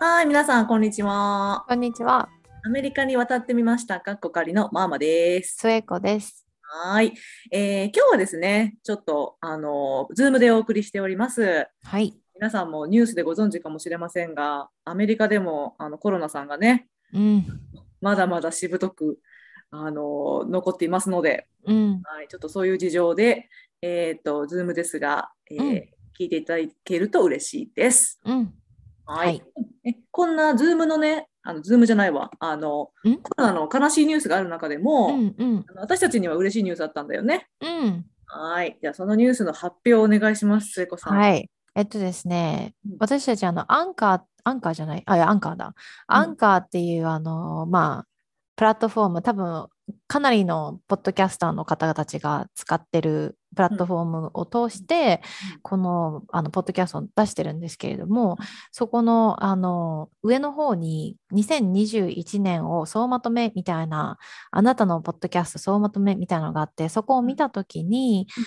はい、皆さん、こんにちは。 こんにちは、 アメリカに渡ってみました。かっこかりのマーマです。 末子です。 はい、今日はですね、ちょっと、ズームでお送りしております。 はい。 皆さんもニュースでご存知かもしれませんが、アメリカでもコロナさんがね、 うん、 まだまだしぶとく、残っていますので、 うん、 はい、ちょっとそういう事情で、ズームですが、 うん、 聞いていただけると嬉しいです。 うん。 はい。 はい。 こんなズームのね、ズームじゃないわ。 うん、 コロナの悲しいニュースがある中でも、 うん、うん、 私たちには嬉しいニュースだったんだよね。 うん。 はい。じゃあ、そのニュースの発表をお願いします、聖子さん。 はい。ですね、 うん。 私たちアンカーじゃない、いや、アンカーだ。 うん。 アンカーっていうプラットフォーム、多分、かなりのポッドキャスターの方たちが使ってるプラッうん。 トフォームを通して、 うん。 ポッドキャストを出してるんですけれども、そこの、上の方に2021年を総まとめみたいな、あなたのポッドキャスト総まとめみたいなのがあって、そこを見たときに、 うん。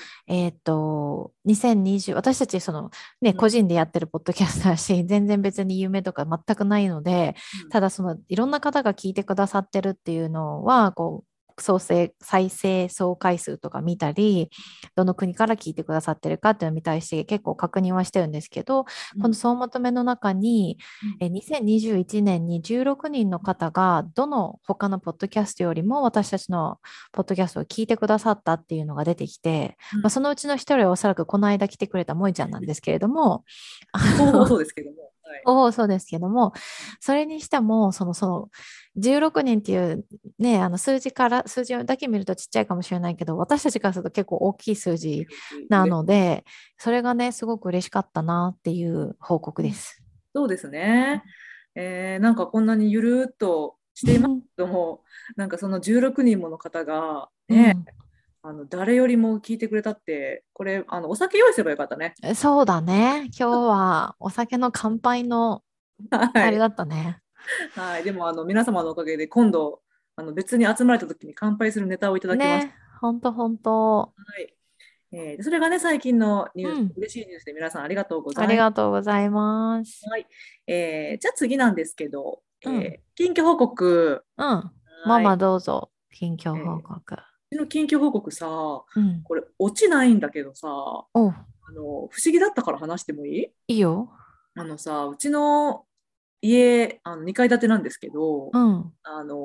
2020、私たちね、 うん。 個人でやってるポッドキャストだし、全然別に有名とか全くないので、 うん。 ただいろんな方が聞いてくださってるっていうのは、再生総回数とか見たり、どの国から聞いてくださってるかっていうのを見たりして結構確認はしてるんですけど、このうん。 総まとめの中に、 うん。 2021年に16人の方がどの他のポッドキャストよりも私たちのポッドキャストを聞いてくださったっていうのが出てきて、 うん。 そのうちの一人はおそらくこの間来てくれた萌ちゃんなんですけれども、 ほぼほぼそうですけども。はい。 そうですけども、それにしても、16人っていうね、数字だけ見るとちっちゃいかもしれないけど、私たちからすると結構大きい数字な嬉しい。 ので、それがね、すごく嬉しかったなっていう報告うん。 です。 そうですね。なんかこんなにゆるーっとしていますけども、なんかその16人もの方が、ね、 うん。 誰よりも聞いてくれたって、これ、お酒用意すればよかったね。 そうだね。今日はお酒の乾杯のはい。 あれだったね。 はい。でも、皆様のおかげで、今度、別に集まれた時に乾杯するネタをいただきましね、ほんとほんと。 た。はい。それがね、最近のニュース、 うん。 嬉しいニュースで皆さんありがとうごあざいます。 りがとうございます。 はい。じゃあ次なんですけど、 うん。 近況報告。 うん。ママはい。 どうぞ。近況報う告。 ちの近況報告さ、 うん。 これ、落ちないんだけどさ、 お、 不思議だったから話してもいい？ いいよ。 うちの家、2階建てなんですけど、 うん。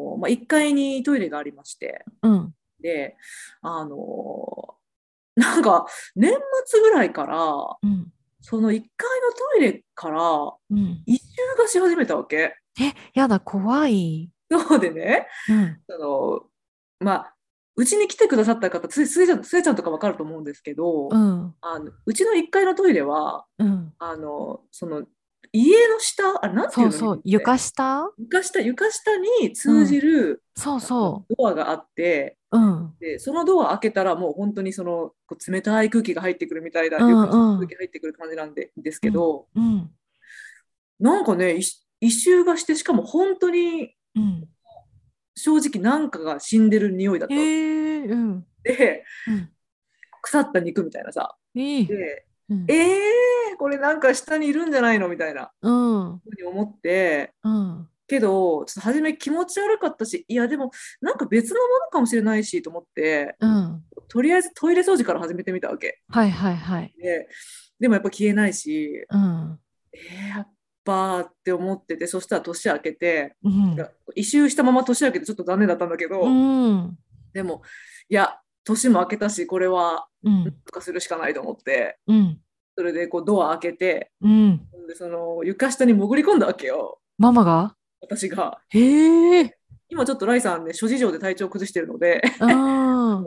1階にトイレがありまして、 うん。 で、あの、なんか、年末ぐらいから、 うん。 その1階のトイレからうん。 異臭がし始めたわけ。 やだ、怖い。 そうでね、 うん。 その、まあ、うちに来てくださった方、すえちゃんとかわかると思うんですけど、 うん。 うちの1階のトイレは、 うん。 その、家の下、あれ、なんていうの、日そうそう。 本って。 床下。 床下に通じうん。 るそうそドアがあって、 う。うん。 で、そのドア開けたらもう本当にこう冷たい空気が入ってくるみたいな、 う床下のん。うん。 空気入ってくる感じですうん。 けど、 うん。 なんかね、異臭がして、しかも本当にうん。 正直なんかが死んでる匂いだったわけうん。 で、 うん。 腐った肉みたいなさ。 いい。 で、 うん。 これなんか下にいるんじゃないのみたいなうん。 ふうに思って、 うん。 けど、ちょっと初め気持ち悪かったし、いやでもなんか別のものかもしれないしと思って、 うん。 とりあえずトイレ掃除から始めてみたわけ。 はいはいはい。 で、でもやっぱ消えないし、 うん。 やっぱって思ってて、そしたら年明けて、 うん。 異臭したまま年明けてちょっと残念だったんだけうど、 ん。 でも、いや、年も明けたし、これはなんうん。 とかするしかないと思って、 うん。 それでこうドア開けて、 うん。 でその床下に潜り込んだわけよ、 ママが。 私が。 へえ。 今ちょっとライさんね、諸事情で体調を崩してるので、 うん。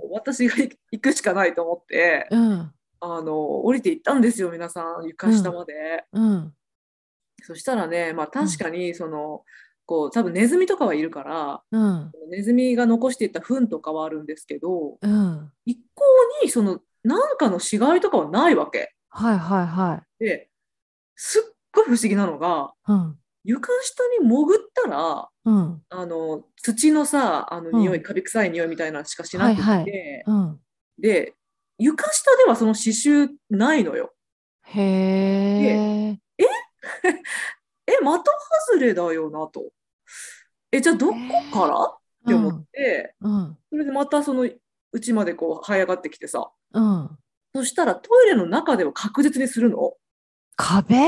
私が行くしかないと思って、 うん。 降りて行ったんですよ、皆さん、床下うん。 まで。 うん。 そしたらね、まあうん。 確かに、こう、多分ネズミとかはいるから、 うん。 ネズミが残していった糞とかはあるんですけど、 うん。 一向になんかの死骸とかはないわけ。 はいはいはい。 で、すっごい不思議なのが、 うん。 床下に潜ったら、 うん。 土のさ、匂い、 うん。 カビ臭い匂いみたいなのしかしなくっはいはい。 て、 うん。 で、床下ではその刺繍ないのよ。 へで、 え。 え的外れだよなと。じゃあどこからって思っうん、 て、 うん、 それでまたそのうちまでこう這い上がってきてさ、 うん。 そしたらトイレの中では確実にするの。 壁。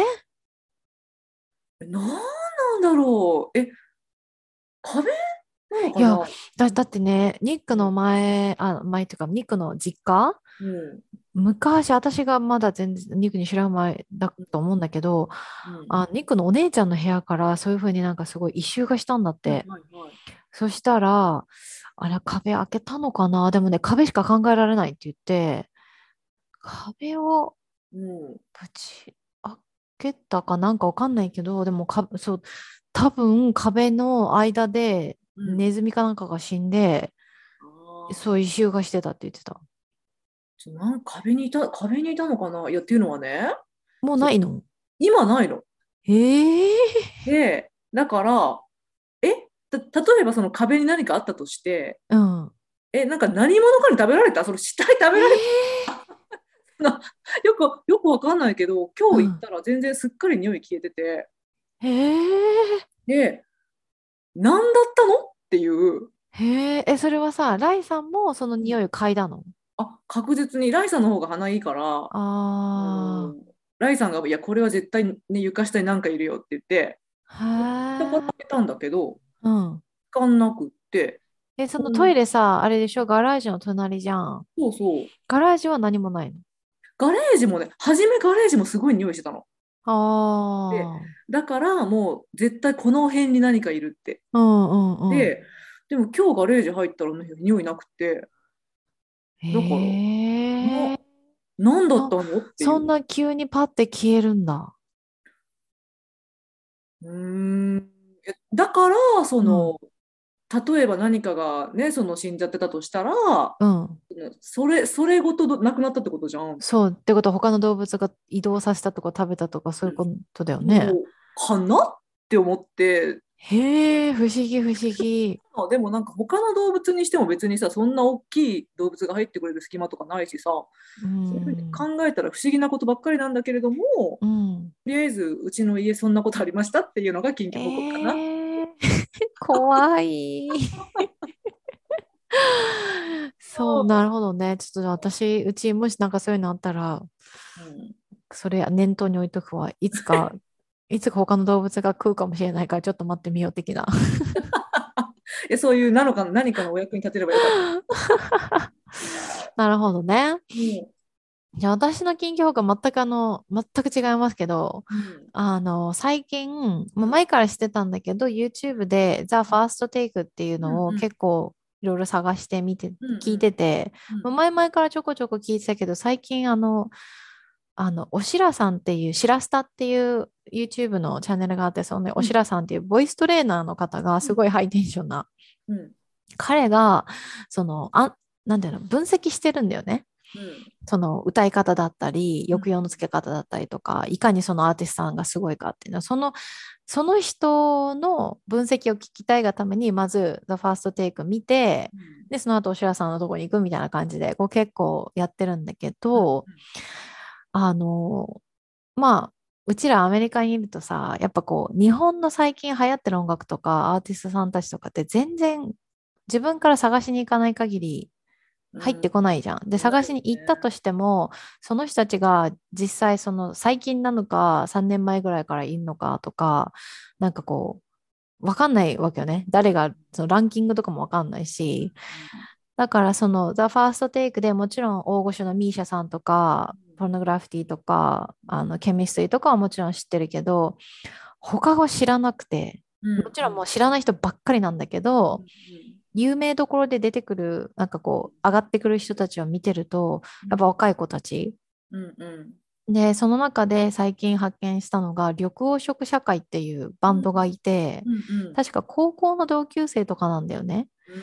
なんなんだろう。壁なのいや、 かな。 だってね、ニックのうん。 前っていうか、ニックの実家、 うん。 昔、私がまだ全然ニックに知らん前だと思うんだけど、 うん。 ニックのお姉ちゃんの部屋からそういう風になんかすごい異臭がしたんだっはいて。 はいはい。 そしたら、あれ、壁開けたのかな。でもね、壁しか考えられないって言って、壁をうん。 ぶち開けたかなんかわかんないけど、でもそう、多分壁の間でうん。 ネズミかなんかが死んで、 あそう異臭がしてたって言ってた。 壁にいたのかな。いや、っていうのはね、 もうそう、 ないの？ 今ないの。 ええで、だから、え、例えばその壁に何かあったとして、 ー、うん。 なんか何者かに食べられた、その死体食べられたよくわかんないけど、今日行っうん。 たら全然すっかり匂い消えてて、 へえ、 で、何だったのっていう、 へえ、それはさ、ライさんもそのうん。 匂いを嗅いだの？ 確実に、ライさんの方が鼻いいから、 あライさんが、いや、これは絶対ね、床下になんかいるよって言って、だからあ、へえ、 開けたんだけど、 うん。 使んなくって、 そのトイレさ、あれでしょ、ガラージの隣じゃん。 そうそう。 ガラージは何もないの？ ガレージもね、初めガレージもすごい匂いしてたの。で、 ああ、 だからもう絶対この辺に何かいるって。 うんうんうん。 で、でも今日ガレージ入ったらね、匂いなくて、だから、 へえ、 なんだっそ、 たのっていう。 そんな急にパッて消えるんだ。 うーん。だから、 うん、 例えば何かがね、その死んじゃってたとしたら、 うん。 それごとなくなったってことじゃん。 そう。ってことは他の動物が移動させたとか食べたとかそういうことだよね。 そうかなって思って、 へえ、不思議不思議。 でもなんか他の動物にしても別にさ、そんな大きい動物が入ってくれる隙間とかないしさ、 うそういうふうにん、 考えたら不思議なことばっかりなんだけれども、 うん。 とりあえずうちの家そんなことありましたっていうのが近況報告かな。 えー、怖い。そう、なるほどね。ちょっと私、うちもしなんかそういうのあったら、 うん、 それ念頭に置いとくわ。いつか他の動物が食うかもしれないから、ちょっと待ってみよう的な。 そういうなのか何かのお役に立てればよかった。 なるほどね。 うん。 じゃあ私の近況報告は全く全く違いますけど、 うん。 最近、 うん。 前からしてたんだけど、YouTube で The First Take っていうのをうん。 結構いろいろ探してみて、 うん。 聞いてて、 うん。 前々からちょこちょこ聞いてたけど、最近おしらさんっていう、しらすたっていう YouTube のチャンネルがあって、そのね、おしうん。 らさんっていうボイストレーナーの方がうん。 すごいハイテンションな、 うん。 彼が、その、なんていうの、分析してるんだよね。 うん。 その歌い方だったり、 うん。 抑揚のつけ方だったりとか、いかにそのアーティストさんがすごいかっていうのは、その人の分析を聞きたいがために、まず The First Take 見て、で、その後、おしらさんのところに行くみたいな感じで、こう結構やってるんだけうん。 ど、あの、まあ、うちらアメリカにいるとさ、やっぱこう、日本の最近流行ってる音楽とかアーティストさんたちとかって全然自分から探しに行かない限りうん。 入ってこないじゃん。で、探しにないよね。 行ったとしても、その人たちが実際その最近なのか3年前ぐらいからいるのかとか、なんかこう、わかんないわけよね。誰が、そのランキングとかもわかんないし。だからその The First Take でもちろん大御所のミーシャさんとか、ポルノグラフィティとか、ケミストリーとかはもちろん知ってるけど、他は知らなくて、 うん。 もちろんもううん。 知らない人ばっかりなんだけど、 うん。 有名どころで出てくる、なんかこう、上がってくる人たちを見てると、 うん。 やっぱ若い子たち。 うん。うん。 で、その中で最近発見したのが、緑黄色社会っていうバンドがいて、 うん。 確か高校の同級生とかなんだよね。 うん。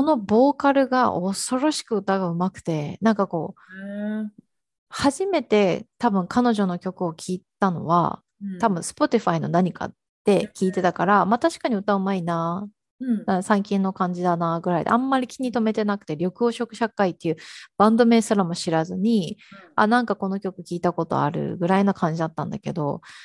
そのボーカルが恐ろしく歌が上手くて、なんかこう、 へえ。 初めて多分彼女の曲を聴いたのは、 うん。 多分 Spotify の何かで聴いてたから、まあ確かに歌うまいな、 うん。 最近の感じだなぐらいで、あんまり気に留めてなくて、緑黄色社会っていうバンド名すらも知らずに、あ、なんかこの曲聞いたことあるぐらいな感じだったんだけど、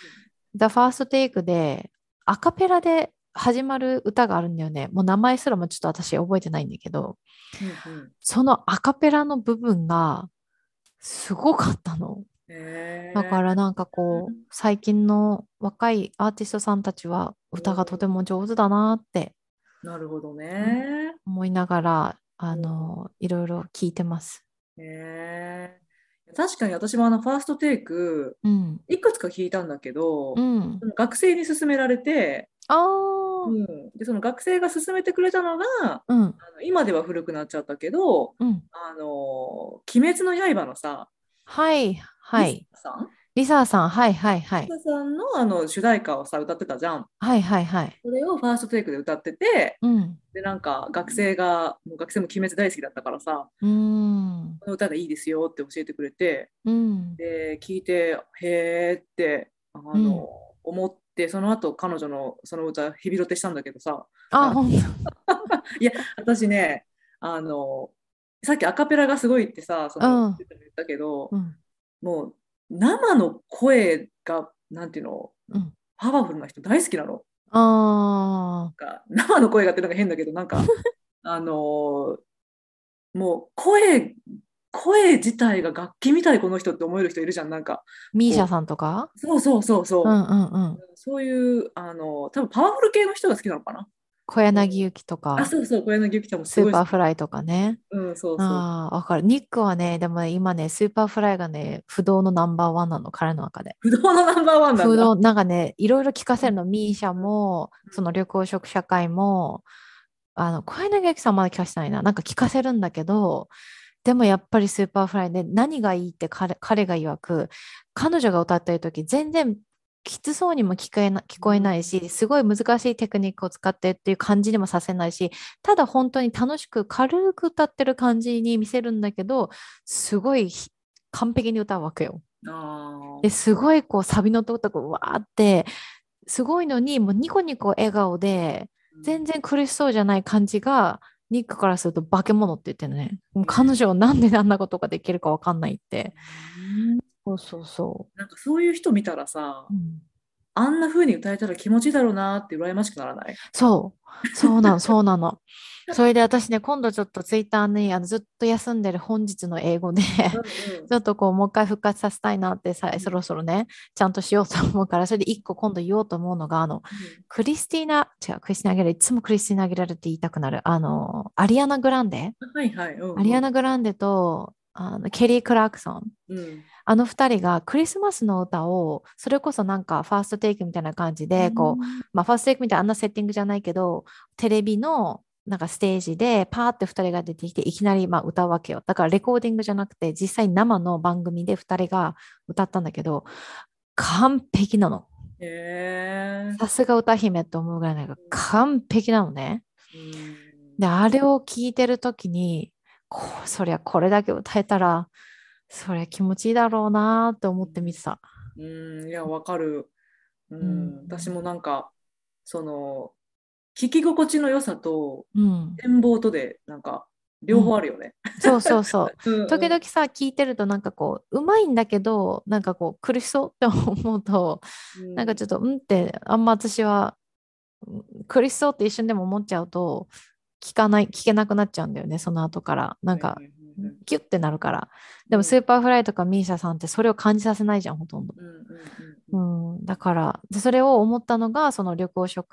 The First Take でアカペラで始まる歌があるんだよね。もう名前すらもちょっと私覚えてないんだけど、 うんうん。 そのアカペラの部分がすごかったの。だへえ。 からなんかこう、最近の若いアーティストさんたちは歌がとても上手だなって、 なるほどうん、 ね。 思いながら、 うん。 いろいろ聞いてます。 へえ。確かに私もファーストテイク、 うん。 いくつか聞いたんだけど、 うん。 学生に勧められて、 ああ、 うん、で、その学生が勧めてくれたのが、 うん。 今では古くなっちゃったけど、 うん。 鬼滅の刃のさ、 はい、 リサはい。 さんリサさん、はい、はい、はい。 リサさんの主題歌をさ、歌ってたじゃん。 はい、はい、はい。 それをファーストテイクで歌ってて、 うん。 で、なんかもう学生も鬼滅大好きだったからさ、 うーん。 この歌がいいですよって教えてくれて、 うん。 で、聞いて、へーって、 うん。 思って、その後彼女のその歌、ヘビロテしたんだけどさ、 あ、 あ、 ほんと。 いや、私ね、あの、さっきアカペラがすごいってさ、 うん。 言ったけど、 うん。 もう生の声が、なんていうの、 うん。 パワフルな人大好きなの。 あ生の声がってなんか変だけど、なんか、あの、もう声自体が楽器みたいこの人って思える人いるじゃん、なんか、こミーシャさんとか。 う、そうそうそうそうんうんうん。 う、そういう、多分パワフル系の人が好きなのかな。 小うん、 柳ゆきとあ、 か、 そうそう、小柳ゆきちゃんもすスーごい好き。 パーフライとかね。 うん、そうそう。 ああ、わかる。ニックはね、でもね今ね、スーパーフライがね、不動のナンバーワンなの、彼の中で。 不動のナンバーワンなんだ。 不動、なんかね、いろいろ聞かせるの。ミーシャも、その緑黄色社会も、小柳ゆきさんまだ聞かせてないな。なんか聞かせるんだけど、でもやっぱりスーパーフライで何がいいって彼が曰く、彼女が歌ってる時全然きつそうにも聞こえないし、すごい難しいテクニックを使ってっていう感じにもさせないし、ただ本当に楽しく軽く歌ってる感じに見せるんだけど、すごい完璧に歌うわけよ。 あで、 あ。 すごいこうサビのとことかわーって、すごいのに、もうニコニコ笑顔で、全然苦しそうじゃない感じが、ニックからすると化け物って言ってるね。もう彼女はなんであんなことができるかわかんないって。 うん、 そうそうそなんかそういう人見たらさ、 う。うん、 あんな風に歌えたら気持ちいいだろうなって羨ましくならない？ そう、そうなの、そうなの。それで私ね、今度ちょっとツイッターにずっと休んでる本日の英語でうんうちょっとこう、もう一回復活させたいなってそんろそろね、ちゃんとしようと思うから、それで一個今度言おうと思うのが、 うんクリスティーナ・アギレラ、いつもクリスティーナ・アギレラって言いたくなる、アリアナ・グランデ、 うん。はいはい。うんアリアナ・うんグランデと、ケリー・クラークソン、 うんあの二人がクリスマスの歌を、それこそなんかファーストテイクみたいな感じうで、こう、 んまあファーストテイクみたいなあんなセッティングじゃないけど、テレビのなんかステージでパーって二人が出てきて、いきなりまあ歌うわけよ。だからレコーディングじゃなくて、実際生の番組で二人が歌ったんだけど、完璧なの。 へえ。 さすが歌姫って思うぐらいなんか完璧なのね。 うん。 で、あれを聞いてるときに、そりゃこれだけ歌えたら、そりゃ気持ちいいだろうなーって思って見てた。 うん、いや、わかる。ううん。 ん、私もなんか、その、聞き心地の良さとうん。 展望とで、なんか、両方うん。 あるよね。 そうそうそう。 うんうん時々さ、聞いてるとなんかこう、うまいんだけど、なんかこう、苦しそうって思うと、 うんなんかちょっと、うんって、あんま私は、苦しそうって一瞬でも思っちゃうと、聞けなくなっちゃうんだよね、その後から。なんか、 はいはいはいはい。 キュッてなるから。でも、 うんスーパーフライとかミーシャさんってそれを感じさせないじゃん、ほとんど。 うんうんううんん、だから、で、それを思ったのが、その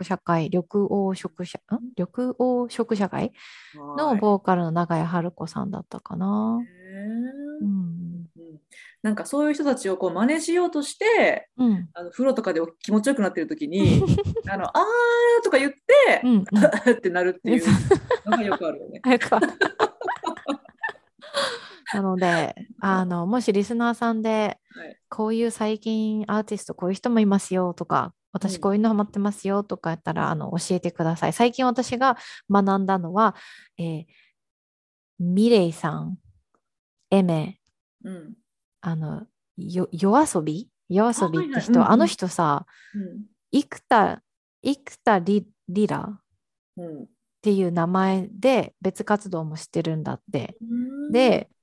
緑黄色社会うん。はーい。 のボーカルの長屋春子さんだったかな。うへん。 ーうん、なんかそういう人たちをこう真似しようとして、 うん。 風呂とかで気持ちよくなってる時に、あーとか言って、 うん。うん。 ってなるっていうのがよくあるよね。 早くは。なので、もしリスナーさんで、 はい。 こういう最近アーティストこういう人もいますよとか、 うん。 私こういうのハマってますよとかやったら、教えてください。最近私が学んだのは、えーミレイさん、エメ、 うん。 あの、夜あ、 遊びはいはい。うって人、あのんうん。 人さ、 うん。 生田、生田リラっうん。 ていう名前で別活動もしてるんだって。 うん。 で、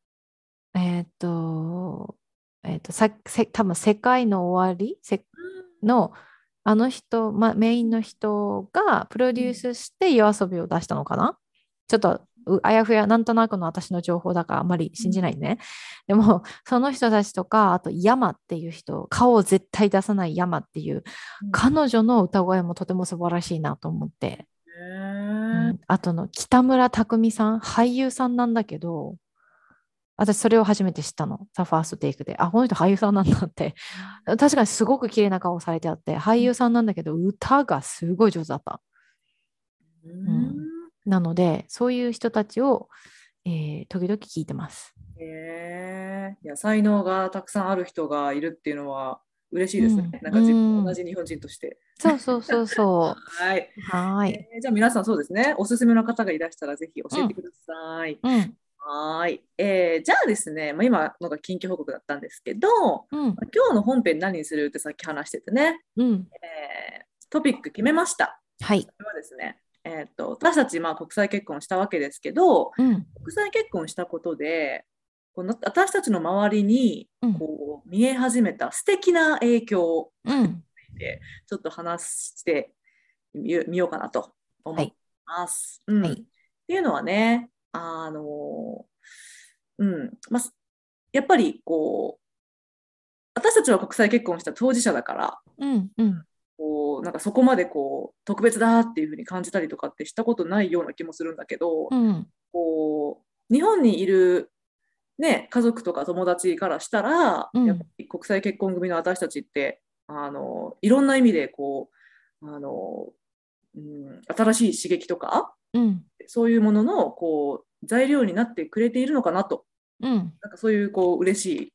えっと、多分世界の終わりのあの人、メインの人がプロデュースして夜遊びを出したのかな。ちょっとあやふや、なんとなくの私の情報だからあんまり信じないね。でも、その人たちとか、あと山っていう人、顔を絶対出さない山っていう、彼女の歌声もとても素晴らしいなと思って。あとの北村匠海さん、俳優さんなんだけど、私それを初めて知ったの。ザ・ファーストテイクで。あ、この人俳優さんなんだって。確かにすごく綺麗な顔されてあって、俳優さんなんだけど、歌がすごい上手だった。なので、そういう人たちを、時々聞いてます。 いや、才能がたくさんある人がいるっていうのは嬉しいですね。なんか自分と同じ日本人として。 そうそうそうそう。 はい。 はい。 じゃあ皆さんそうですね。おすすめの方がいらしたらぜひ教えてください。はい。じゃあですね、今のが近況報告だったんですけど、今日の本編何にするってさっき話しててね、トピック決めました。 はい。 それはですね、私たち国際結婚したわけですけど、国際結婚したことで、この私たちの周りにこう見え始めた素敵な影響についてちょっと話してみようかなと思います。っていうのはね、やっぱりこう私たちは国際結婚した当事者だから、こうなんかそこまでこう特別だっていうふうに感じたりとかってしたことないような気もするんだけど、こう日本にいるね、家族とか友達からしたら、やっぱり国際結婚組の私たちっていろんな意味でこう新しい刺激とか、そういうもののこう材料になってくれているのかなと、なんかそういうこう嬉しい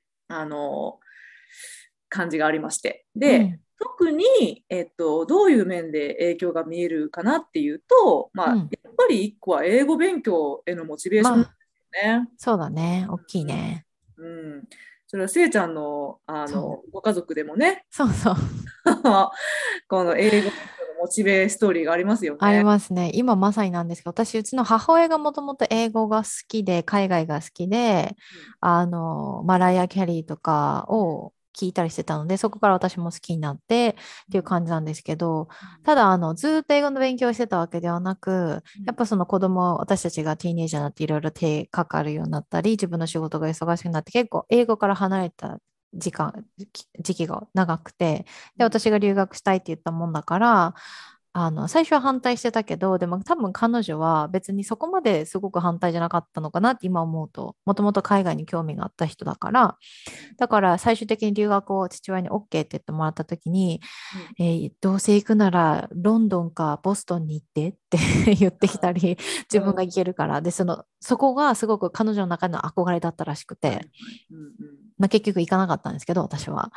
感じがありまして。で、特に、どういう面で影響が見えるかなっていうと、やっぱり一個は英語勉強へのモチベーションですよね。 そうだね。大きいね。 それはせいちゃんの、ご家族でもね、 そうそう。 この英語のモチベストーリーがありますよね。 ありますね。今まさになんですけど、私、うちの母親がもともと英語が好きで、海外が好きで、マライア・キャリーとかを聞いたりしてたので、そこから私も好きになってっていう感じなんですけど、ただ、ずっと英語の勉強をしてたわけではなく、やっぱその子供、私たちがティーネイジャーになっていろいろ手かかるようになったり、自分の仕事が忙しくなって、結構英語から離れた時期が長くて、で、私が留学したいって言ったもんだから、最初は反対してたけど、でも多分彼女は別にそこまですごく反対じゃなかったのかなって今思うと、もともと海外に興味があった人だから、だから最終的に留学を父親に OK って言ってもらった時に、どうせ行くならロンドンかボストンに行ってって言ってきたり、自分が行けるから、で、そこがすごく彼女の中の憧れだったらしくて、結局行かなかったんですけど、私は。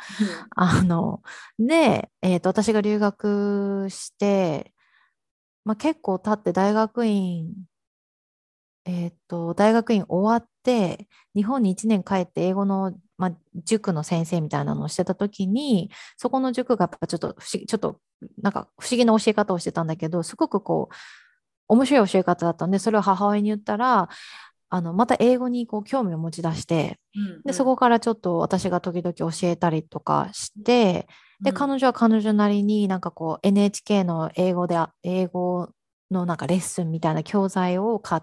で、私が留学して、結構経って大学院終わって、日本に1年帰って英語の、塾の先生みたいなのをしてた時に、そこの塾がやっぱちょっとなんか不思議な教え方をしてたんだけど、すごくこう、面白い教え方だったんで、それを母親に言ったら、また英語にこう興味を持ち出して、で、そこからちょっと私が時々教えたりとかして、で、彼女は彼女なりになんかこう NHK の英語のなんかレッスンみたいな教材を買って、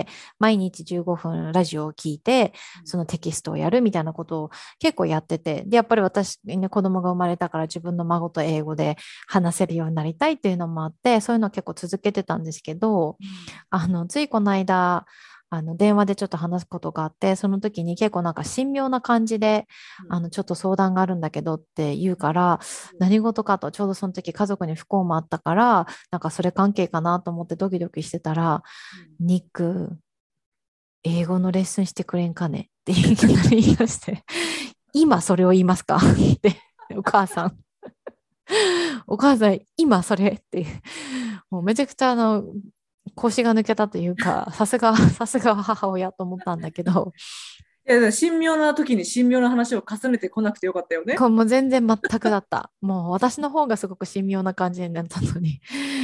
毎日15分ラジオを聞いて、そのテキストをやるみたいなことを結構やってて、で、やっぱり私、ね、子供が生まれたから自分の孫と英語で話せるようになりたいっていうのもあって、そういうのを結構続けてたんですけど、ついこの間、電話でちょっと話すことがあって、その時に結構なんか神妙な感じで、ちょっと相談があるんだけどって言うから、何事かと、ちょうどその時家族に不幸もあったから、なんかそれ関係かなと思ってドキドキしてたら、ニック、英語のレッスンしてくれんかねっていきなり言い出して、今それを言いますかって、お母さん。お母さん、今それって、もうめちゃくちゃ腰が抜けたというか、さすが母親と思ったんだけど。 いや、神妙な時に神妙な話を重ねてこなくてよかったよね。 もう全然全くだった。もう私の方がすごく神妙な感じになったのに。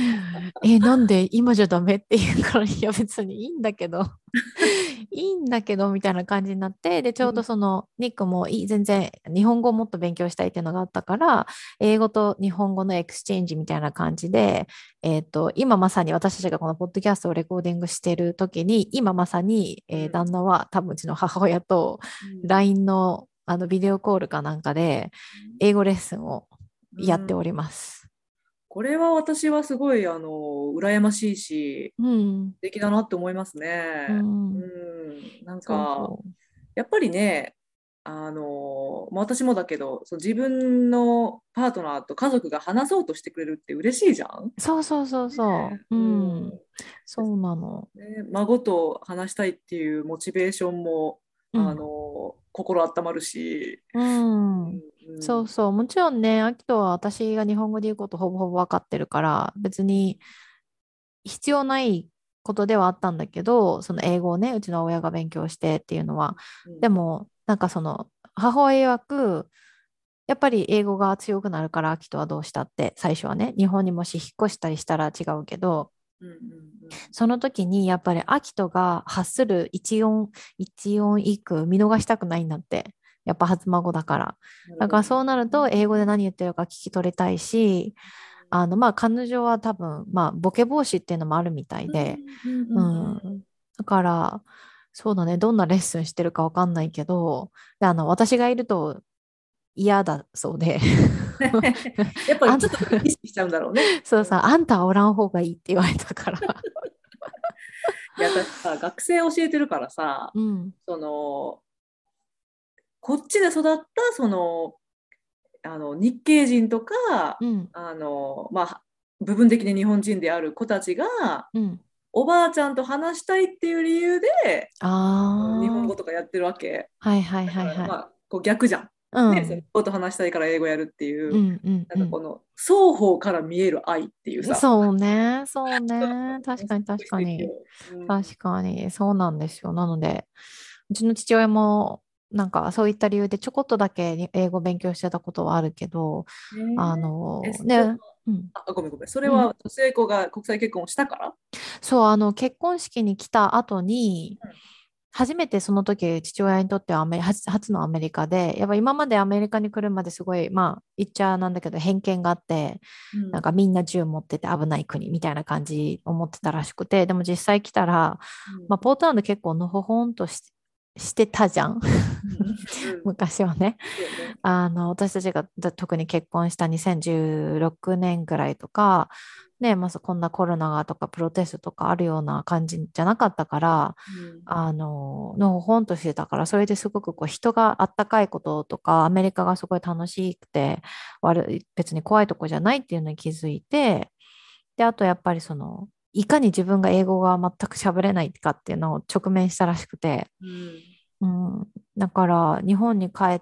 なんで今じゃダメって言うから、いや別にいいんだけど、いいんだけど、みたいな感じになって、で、ちょうどその、ニックも全然日本語をもっと勉強したいっていうのがあったから、英語と日本語のエクスチェンジみたいな感じで、今まさに私たちがこのポッドキャストをレコーディングしてる時に、今まさに、旦那は多分うちの母親と LINE のビデオコールかなんかで英語レッスンをやっております。 これは私はすごい羨ましいし、 うん。 素敵だなって思いますうね。 ん。 なんか、 そうそやっぱりね、まあ私もだけど、そう自分のパートナーと家族が話そうとしてくれるって嬉しいじゃん。 う。そうそうそうね、 そう。ううんん。そうなの。 ね、孫と話したいっていうモチベーションも、 うん。 心温まるし、 ううん。 んそうそう。もちろんね、アキトは私が日本語で言うことほぼほぼ分かってるから、別に必要ないことではあったんだけど、その英語をね、うちの親が勉強してっていうのは。でも、なんかその、母親曰く、やっぱり英語が強くなるから、アキトはどうしたって、最初はね、日本にもし引っ越したりしたら違うけど、 うんうんその時にやっぱりアキトが発する一音一句見逃したくないんだって。やっぱ初孫だから。だからなるほど。 そうなると英語で何言ってるか聞き取りたいし、まあ彼女は多分、まあボケ防止っていうのもあるみたいうんで、 うんううんうん。 ん。だから、そうだね、どんなレッスンしてるかわかんないけど、で、私がいると嫌だそうで、 やっぱあん、 りちょっと意識しちゃうんだろうね。 そうさ、あんたはおらん方がいいって言われたから。 いや、私さ、学生教えてるからさ、 うん、 その、こっちで育った、日系人とか、 うん、 まあ、部分的に日本人である子たちが、 うん。 おばあちゃんと話したいっていう理由で、日本ああ。 語とかやってるわけ。 はいはいだから、まはいはい。 あ、こう逆じゃん。ね、そのうん。 子と話したいから英語やるっていう、 うんうんなんかうこの双方から見える愛っていうん。 さ、 そうね。そうね。確かにすごい素敵よ。 確かに。確かに。そうなんですよ。なので、うちの父親も、なんかそういった理由でちょこっとだけ英語勉強してたことはあるけど、ね、うん。 ごめんごめん。それうん。 は女性子が国際結婚をしたから。 そう、結婚式に来た後に、初めてその時、父親にとっては初のアメリカで、やっぱ今までアメリカに来るまですごい、まあ、言っちゃなんだけど、偏見があって、 うん。 なんかみんな銃持ってて危ない国みたいな感じ思ってたらしくて、でも実際来たら、 うんまあ、ポートランド結構のほほんとしてたじゃん。 うんうん。 昔はね。 そうね。 私たちが特に結婚した2016年ぐらいとか、ね、まずこんなコロナとかプロテストとかあるような感じじゃなかったから、 うんのほほんとしてたから、それですごくこう人があったかいこととか、アメリカがすごい楽しくて、別に怖いとこじゃないっていうのに気づいて、で、あとやっぱりいかに自分が英語が全く喋れないかっていうのを直面したらしくて、 うん。 うん、だから日本に帰って、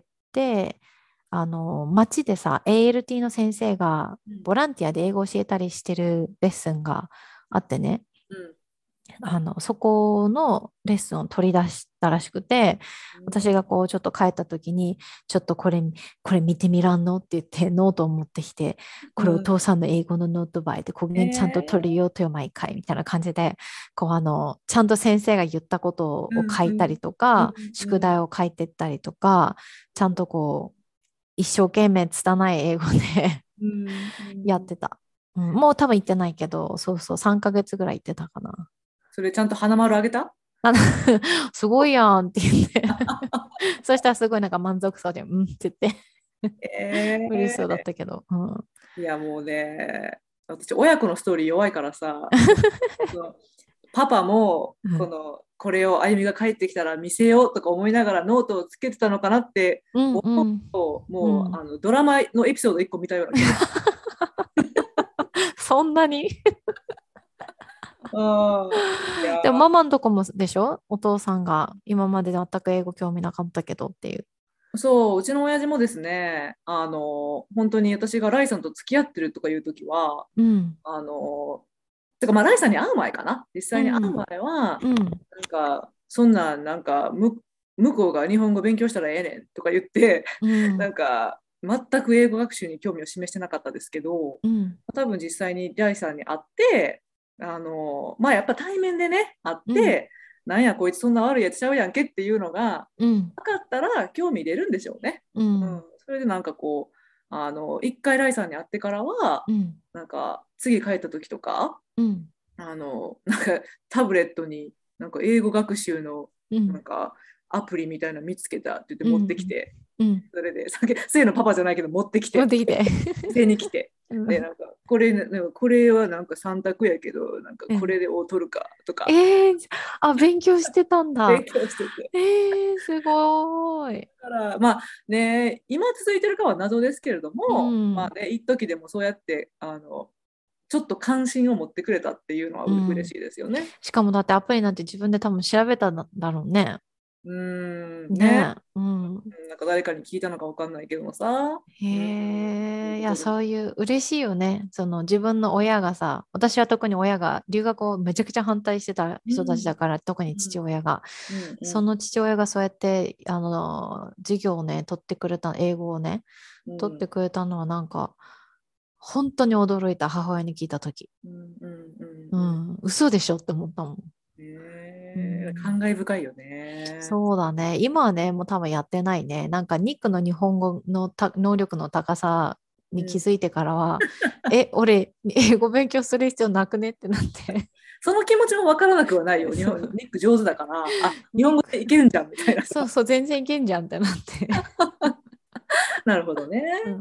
街でさ、ALT の先生がうんボランティアで英語を教えたりしてるレッスンがあってね、 うんそこのレッスンを取り出したらしくて、私がこうちょっと帰った時に、ちょっとこれ見てみらんのって言ってノートを持ってきて、これおうん。 父さんの英語のノートバイでこげんちゃんと取るえよとよ毎回みたいな感じで、こうちゃんと先生が言ったことをうんうん書いたりとうんか、宿うん題を書いてったりとか、ちゃんとこう、一生懸命拙い英語でうんうやっん。 てた。うん、もう多分行ってないけど、そうそう、3ヶ月ぐらい行ってたかな。 それちゃんと花丸あげた？ あのすごいやんって言ってそしたらすごいなんか満足そうで、うんって言って嬉しそうだっえたけど。うん。 いやもうね、私親子のストーリー弱いからさ、そのパパもこれをあゆみが帰ってきたら見せようとか思いながらノートをつけてたのかなってうん思ううん。 と、 うもうん。 ドラマのエピソード1個見たような気分。 そんなにいやでもママんとこもでしょ、お父さんが今まで全く英語興味なかったけどっていう。 そう、うちの親父もですね、本当に私がライさんと付き合ってるとかいうときは、 うん。 てかまあライさんに会う前かな、実際に会ううん。 前は、 うん。 なんか、そんなん、向こうが日本語勉強したらええねんとか言って、 うん。 なんか、 全く英語学習に興味を示してなかったですけど、多分実際にライさんに会って、まあやっぱ対面でね、会って、なんやこいつそんな悪いやつちゃうやんけっていうのが分かったら興味出るんでしょうね。それでなんかこう一回ライさんに会ってからは、なんか次帰った時とか、なんかタブレットになんか英語学習のなんかアプリみたいなの見つけたって言って持ってきて、それでせいのパパじゃないけど持ってきて店に来て、でなんかこれはなんか3択やけどなんかこれでを取るかとか、 勉強してたんだ。 勉強してて、 すごい。 だからまあね、今続いてるかは謎ですけれども、まあね、一時でもそうやってちょっと関心を持ってくれたっていうのは嬉しいですよね。 しかもだってアプリなんて自分で多分調べたんだろうね。 ね。なんか誰かに聞いたのか分かんないけどもさ。 へえ、いや、そういう嬉しいよね。その自分の親がさ、私は特に親が留学をめちゃくちゃ反対してた人たちだから、特に父親が。その父親がそうやって、授業をね、取ってくれた、英語をね、取ってくれたのはなんか、本当に驚いた、母親に聞いたとき。嘘でしょって思ったもん。 感慨深いよね。 そうだね。今はね、もう多分やってないね。なんかニックの日本語の能力の高さに気づいてからは、俺、英語勉強する必要なくねってなって。 その気持ちも分からなくはないよ。ニック上手だから、日本語でいけるんじゃんみたいな。 そうそう、全然いけんじゃんってなって。 なるほどね。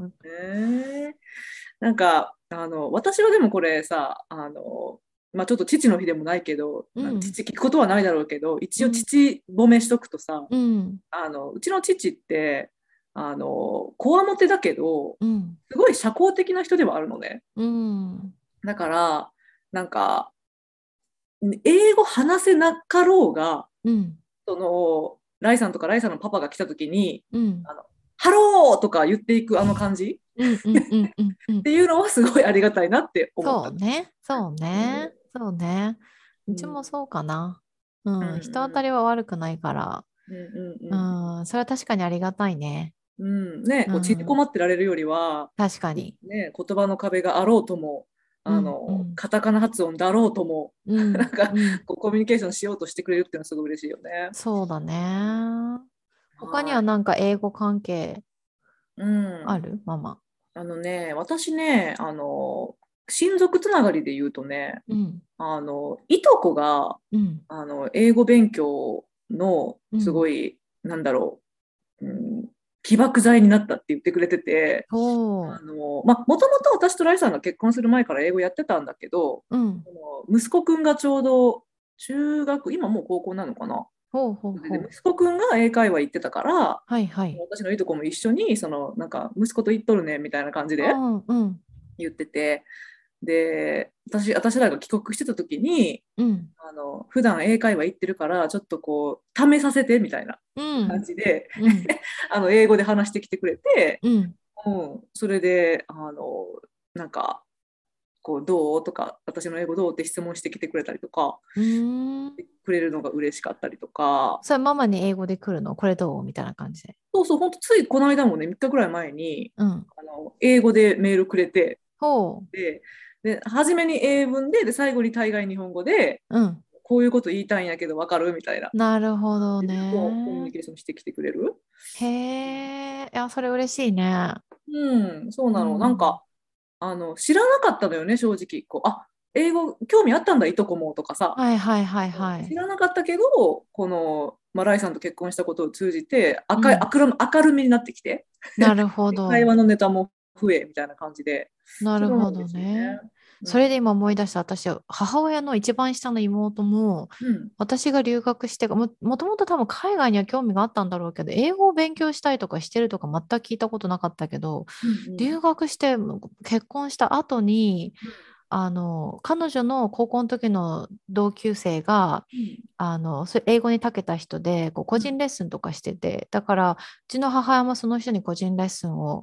なんか私はでもこれさ、まあ、ちょっと父の日でもないけど、父聞くことはないだろうけど、一応父褒めしとくとさ、うちの父ってこわもてだけど、すごい社交的な人ではあるのね。だからなんか英語話せなかろうが、そのライさんとかライさんのパパが来た時に、ハローとか言っていくあの感じっていうのはすごいありがたいなって思った。 そうね、そうね、そうね。うちもそうかな。人当たりは悪くないから、それは確かにありがたいね。 ね、こう縮こまってられるよりは、 確かに。 ね、言葉の壁があろうとも、カタカナ発音だろうとも、なんかこうコミュニケーションしようとしてくれるっていうのはすごい嬉しいよね。 そうだね。他にはなんか英語関係ある、ママ。 私ね、親族つながりで言うとね、いとこが、英語勉強のすごい、なんだろう、起爆剤になったって言ってくれてて、もともと私とライさんが結婚する前から英語やってたんだけど、息子くんがちょうど中学、今もう高校なのかな。息子くんが英会話行ってたから、私のいとこも一緒になんか息子と行っとるねみたいな感じで言ってて、で私らが帰国してた時に、普段英会話行ってるからちょっとこう試させてみたいな感じで、英語で話してきてくれて、それでなんかこうどうとか私の英語どうって質問してきてくれたりとかくれるのが嬉しかったりとか。 それママに英語で来るのこれどうみたいな感じで。 そうそう、本当ついこの間もね、3日ぐらい前に、英語でメールくれて、で初めに英文で最後に大概日本語で、こういうこと言いたいんやけど分かるみたいな。 なるほどね。 コミュニケーションしてきてくれる。 へえ、いや、それ嬉しいね。 そうなの。なんか知らなかったのよね、正直。英語興味あったんだ、いとこもとかさ。知らなかったけど、このライさんと結婚したことを通じて明るみになってきて、 なるほど。 会話のネタも増えみたいな感じで。 なるほどね。それで今思い出した、私、母親の一番下の妹も、私が留学してもともと多分海外には興味があったんだろうけど、英語を勉強したいとかしてるとか全く聞いたことなかったけど、留学して結婚した後に、彼女の高校の時の同級生が、それ英語に長けた人で個人レッスンとかしてて、だからうちの母親もその人に個人レッスンを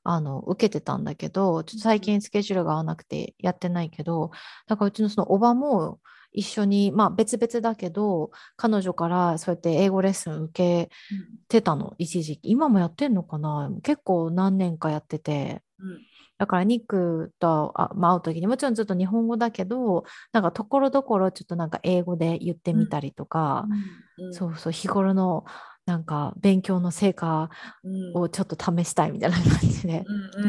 受けてたんだけど、ちょっと最近スケジュールが合わなくてやってないけど、だからうちのそのおばも一緒に、まあ別々だけど、彼女からそうやって英語レッスン受けてたの、一時期。今もやってんのかな、結構何年かやってて。だからニックとまあ、会う時にもちろんずっと日本語だけど、なんかところどころちょっとなんか英語で言ってみたりとか、そうそう、日頃のなんか勉強の成果をちょっと試したいみたいな感じで。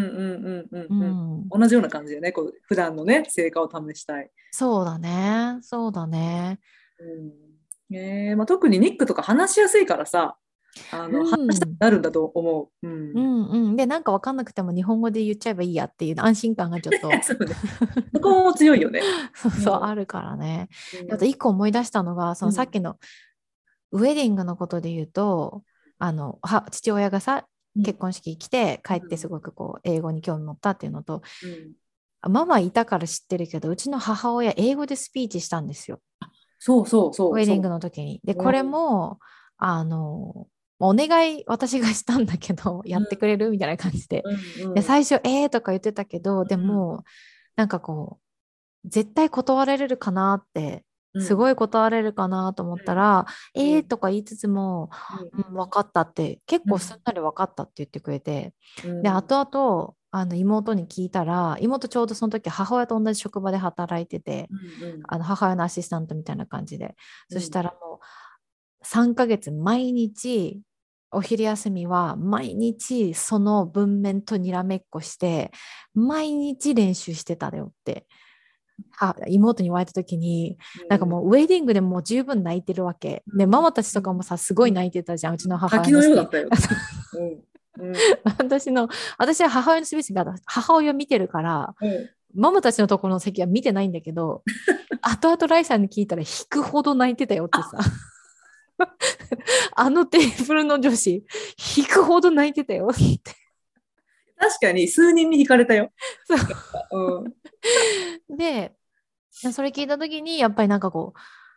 同じような感じでね、こう普段のね、成果を試したい。 そうだね、そうだね。 まあ、特にニックとか話しやすいからさ、話したくなるんだと思う。 で、なんか分かんなくても日本語で言っちゃえばいいやっていう安心感がちょっとそうね、そこも強いよね。 そうそう、あるからね。あと一個思い出したのが、そのさっきのウェディングのことで言うと、父親がさ、結婚式来て帰ってすごくこう英語に興味持ったっていうのと、ママいたから知ってるけど、うちの母親英語でスピーチしたんですよ。 そうそうそう。 ウェディングの時に。で、これも、お願い私がしたんだけど、やってくれるみたいな感じで。で、最初、とか言ってたけど、でも、なんかこう、絶対断られるかなって、すごい断られるかなと思ったら、とか言いつつも、分かったって、結構すんなり分かったって言ってくれて、で、後々、妹に聞いたら、妹ちょうどその時母親と同じ職場で働いてて、母親のアシスタントみたいな感じで、そしたらもう3ヶ月毎日お昼休みは毎日その文面とにらめっこして毎日練習してたよって妹に言われた時に、なんかもうウェディングでもう十分泣いてるわけで、ママたちとかもさすごい泣いてたじゃん、うちの母親のスピーチ。私は母親のスピーチが母親見てるから、ママたちのところの席は見てないんだけど、後々ライさんに聞いたら引くほど泣いてたよってさあのテーブルの女子引くほど泣いてたよって確かに数人に引かれたよ。 で、それ聞いた時にやっぱりなんかこう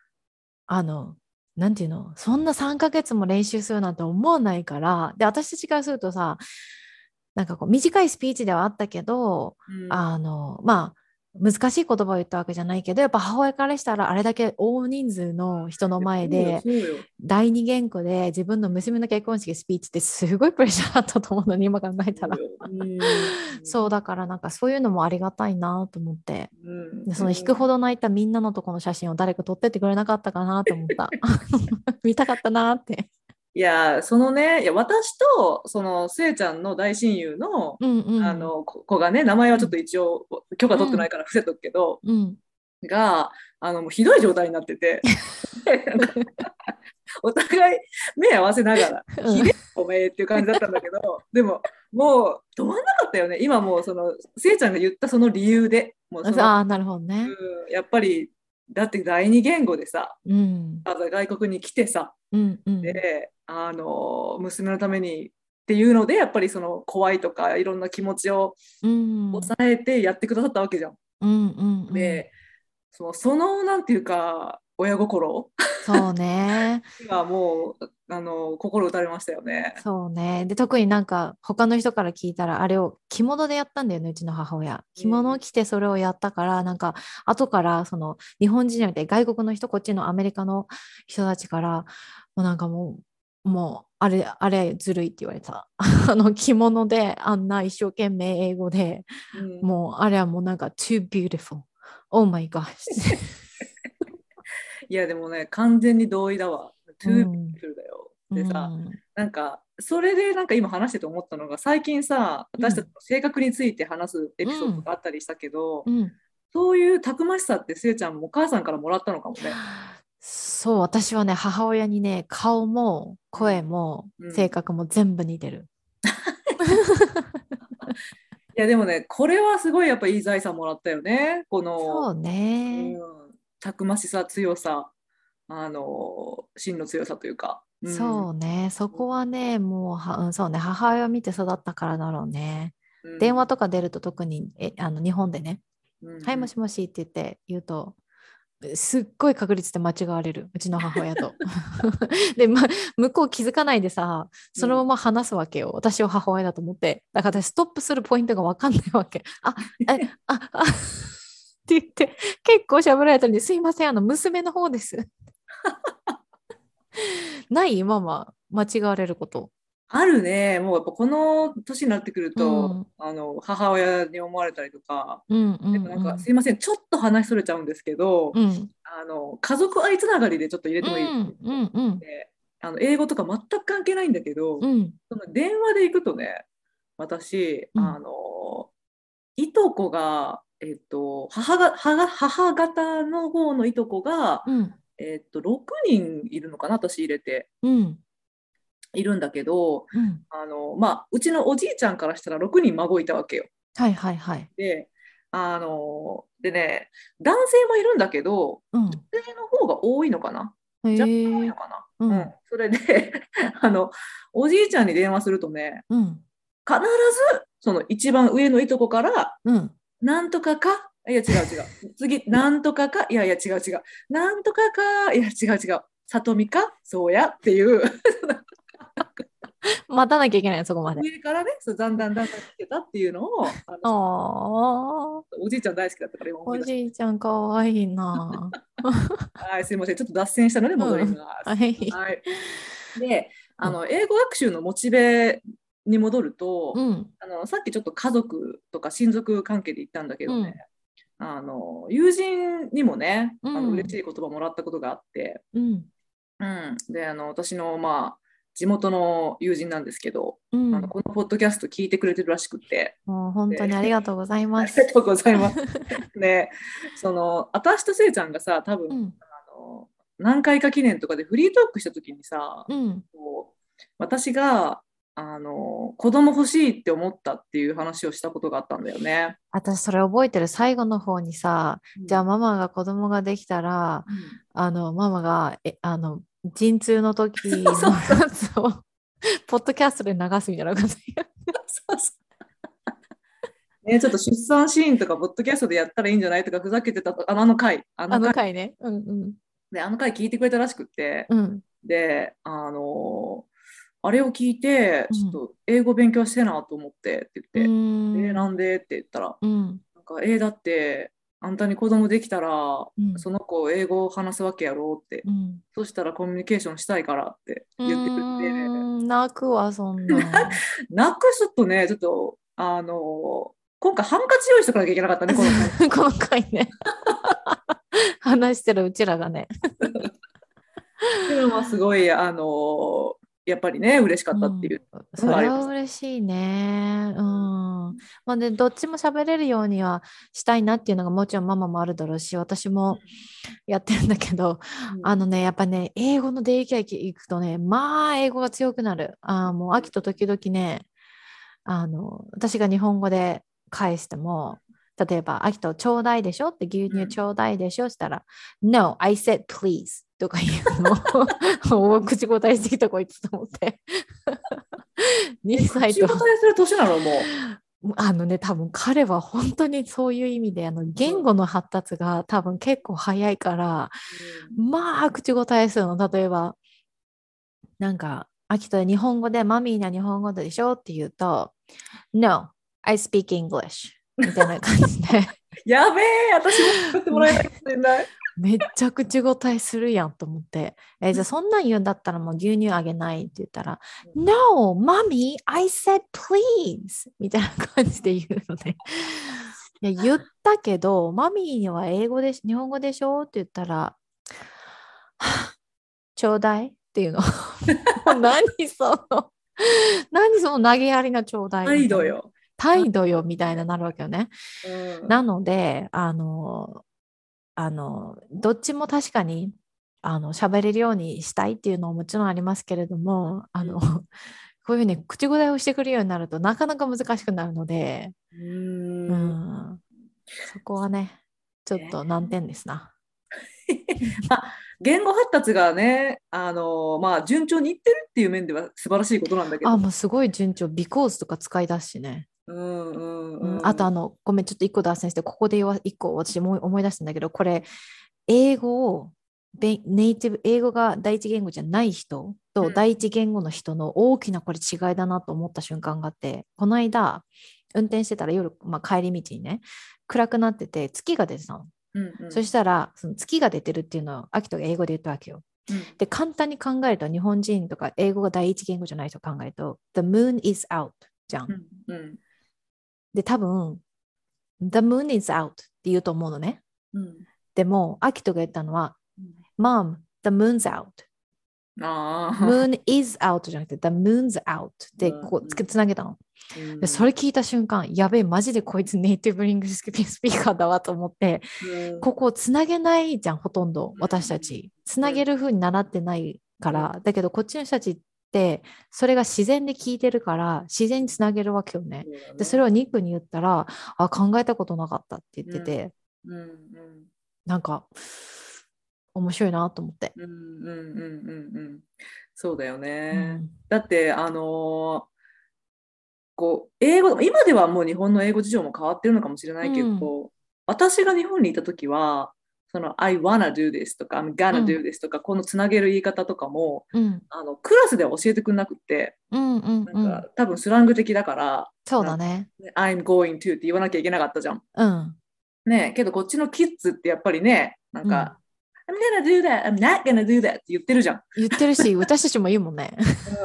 なんていうの、そんな3ヶ月も練習するなんて思わないから、で、私たちからするとさ、なんかこう短いスピーチではあったけど、まあ難しい言葉を言ったわけじゃないけど、やっぱ母親からしたらあれだけ大人数の人の前で第二言語で自分の娘の結婚式スピーチってすごいプレッシャーだったと思うのに今考えたらそうだからなんかそういうのもありがたいなと思って、でその引くほど泣いたみんなのとこの写真を誰か撮ってってくれなかったかなと思った見たかったなっていや、そのね、私と、その、せいちゃんの大親友の、子がね、名前はちょっと一応、許可取ってないから伏せとくけど、が、もうひどい状態になってて、お互い目合わせながら、ひでおめえっていう感じだったんだけど、でも、もう止まんなかったよね。今もう、せいちゃんが言ったその理由で、もうなるほどね。 やっぱり、だって第二言語でさ、外国に来てさ、で娘のためにっていうのでやっぱりその怖いとかいろんな気持ちを抑えてやってくださったわけじゃん。でそのなんていうか親心そうね今もう心打たれましたよね。 そうね。で、特になんか他の人から聞いたらあれを着物でやったんだよね、うちの母親。着物を着てそれをやったから、なんか後からその日本人じゃなくて外国の人、こっちのアメリカの人たちから、もうなんかもうあれずるいって言われた。着物であんな一生懸命英語で、もうあれはもうなんか too beautiful. Oh my gosh. いやでもね完全に同意だわ。too beautiful だよ。でさ、なんかそれでなんか今話してて思ったのが最近さ私たちの性格について話すエピソードがあったりしたけど、そういうたくましさってせいちゃんもお母さんからもらったのかもね。 そう私はね母親にね顔も声も性格も全部似てる。 いやでもねこれはすごいやっぱいい財産もらったよね。このそうね、 たくましさ強さ芯の強さというか。 そうね、そこはね、もうそうね、母親を見て育ったからだろうね。電話とか出ると特に日本でね、はい、もしもしって言うと、 すっごい確率で間違われる、うちの母親と。で、向こう気づかないでさ、そのまま話すわけよ。私を母親だと思って。だからストップするポイントが分かんないわけ。って言って、結構喋られたのに、すいません、娘の方です。ないママ、間違われること。 あるね。もうやっぱこの年になってくるうと、 ん。 母親に思われたりとか、 うんうんなんかうん。 すいません、ちょっと話それちゃうんですけど、 うん。 家族愛つながりでちょっと入れうてもいいですんうんうん。 で、英語とか全く関係ないんだけど、 うん。 その電話で行くとね、私、 うん。 いとこが、母方の方のいとこが、 うん。 6人いるのかな、私入れて。 うん。 いるんだけど、 うん。 うちのおじいちゃんからしたら6人孫いたわけよ。 はいはいはい。 で、でね、男性もいるんだけど、 うん。 女性の方が多いのかな、若干多いへえ。 のかな。うん。 うん。 それでおじいちゃんに電話するとね、 うん。 必ず、その一番上のいとこから、 うん。 なんとかか、いや違う違う。次、なんとかか、いやいや違う違う。なんとかか、いや違う違う。さとみか、そうやっていう待たなきゃいけない、そこまで。 上からね、そうだんだんだんだん来てたっていうのを、 ああ、 おじいちゃん大好きだったから今思い出しおじいちゃんかわいいな。 た。はい、すいません。ちょっと脱線したので戻りうん。 ます。 はい。 はい。で、 うん。 英語学習のモチベに戻ると、 うん。 さっきちょっと家族とか親族関係で言ったんだけどね、 うん。 友人にもね、 う嬉しん。 い言葉もらったことがあって、 うん。 うん、で、私の、地元の友人なんですけど、 うん。 このポッドキャスト聞いてくれてるらしくって、 もう本当にありで、 がとうございあます。 りがとうございます。ね、私とせいちゃんがさ、多分、 うん。 何回か記念とかでフリートークした時にさ、 うん。 私が、子供欲しいって思ったっていう話をしたことがあったんだよね。 私それ覚えてる。最後の方にさ、じゃあうん。 ママが子供ができたら、 うん。 ママが、陣痛の時のそうそうやつをポッドキャストで流すみたいなこと言う。 そうそう。ね、ちょっと出産シーンとか、ポッドキャストでやったらいいんじゃないとか、ふざけてたと、 あの回ね。うんうん。 で、あの回聞いてくれたらしくって、 うん。 で、あれを聞いて、 うん。 ちょっと英語勉強してなと思ってってうー言って、なん。 んでって言ったら、 うん。 なんか、だって、あんたに子供できたら、 うん。 その子英語を話すわけやろうって、 うん。 そしたらコミュニケーションしたいからってう言ってくれて、 ーん。泣くわ、そんなん。 泣く人とね、ちょっと、今回ハンカチ用意しとかなきゃいけなかったね、この回。 この回ね。話してるうちらがね。 っていうのはすごい、やっぱりね、嬉しかうん。 ったっていうのそれはがあります。 嬉しいね。うん。まあ、で、どっちも喋れるようにはしたいなっていうのがもちろんママもあるだろうし、私もやってるんだけど、 うん。 やっぱね、英語のデイケア行くとね、まあ、英語が強くなる。もう秋と時々ね、私が日本語で返しても、例えば、秋とちょうだいでしょって牛うん。 乳ちょうだいでしょしたら、No, I said please とか言うのを口答えしてきたこいつと思って。2歳と。 口答えする年なの、も多分彼は本当にそういう意味で、 う。 言語の発達が多分結構早いから、 うん。 まあ、口答えするの。例えば、なんか、秋と日本語で、マミーな日本語でしょって言うと、No, I speak English みたいな感じで、 やべえ、私も使ってもらえないかもしれない。 めっちゃ口答えするやんと思って、じゃあそんなん言うんだったらもう牛乳あげないって言ったら、No, mommy, I said please みたいな感じで言うので、いや言ったけど、マミーには英語で日本語でしょって言ったら、ちょうだいっていうの。もう何その投げやりなちょうだいみたいな。 態度よ。 態度よみたいななるわけよね。 うん。 なので、どっちも確かに、喋れるようにしたいっていうのはもちろんありますけれども、こういうふうに口答えをしてくるようになるとなかなか難しくなるので、 ううん。 ん、そこはね、ちょっと難点ですな。 言語発達がね、順調にいってるっていう面では素晴らしいことなんだけど。 もうすごい順調、because とか使い出すしね。 うんううん、あとんうん。 ごめん、ちょっと一個脱線して、ここで一個私も思い出したんだけど、これ、 英語をネイティブ、英語が第一言語じゃない人と第一言語の人の大きなこれ違いだなと思った瞬間があって、この間運転してたら夜、帰り道にね、暗くなってて月が出てたの。そしたらその月が出てるっていうのをアキトが英語で言ったわけよ。で、簡単に考えると、日本人とか英語が第一言語じゃない人考えると The moon is out じゃん。で、多分 The moon is out って言うと思うのね。でもアキトが言ったのはMom, the moon's out. Moon is out じゃなくて The moon's out でここつなげたの。でそれ聞いた瞬間、やべえ、マジでこいつネイティブイングリッシュスピーカーだわと思って、ここつなげないじゃん、ほとんど私たち。つなげる風に習ってないから、だけどこっちの人たちってそれが自然で聞いてるから自然につなげるわけよね。でそれをニックに言ったら、考えたことなかったって言ってて、なんか面白いなと思って。 そうだよね。だってこう英語、今ではもう日本の英語事情も変わってるのかもしれないけど、私が日本にいた時はその I wanna do this とか I'm gonna do this とか、このつなげる言い方とかも、クラスでは教えてくれなくて、なんか多分スラング的だから、 そうだね。 I'm going to って言わなきゃいけなかったじゃん。ね、けどこっちのキッズってやっぱりね、なんか、I'm gonna do that, I'm not gonna do that って言ってるじゃん。 言ってるし、私たちも言うもんね。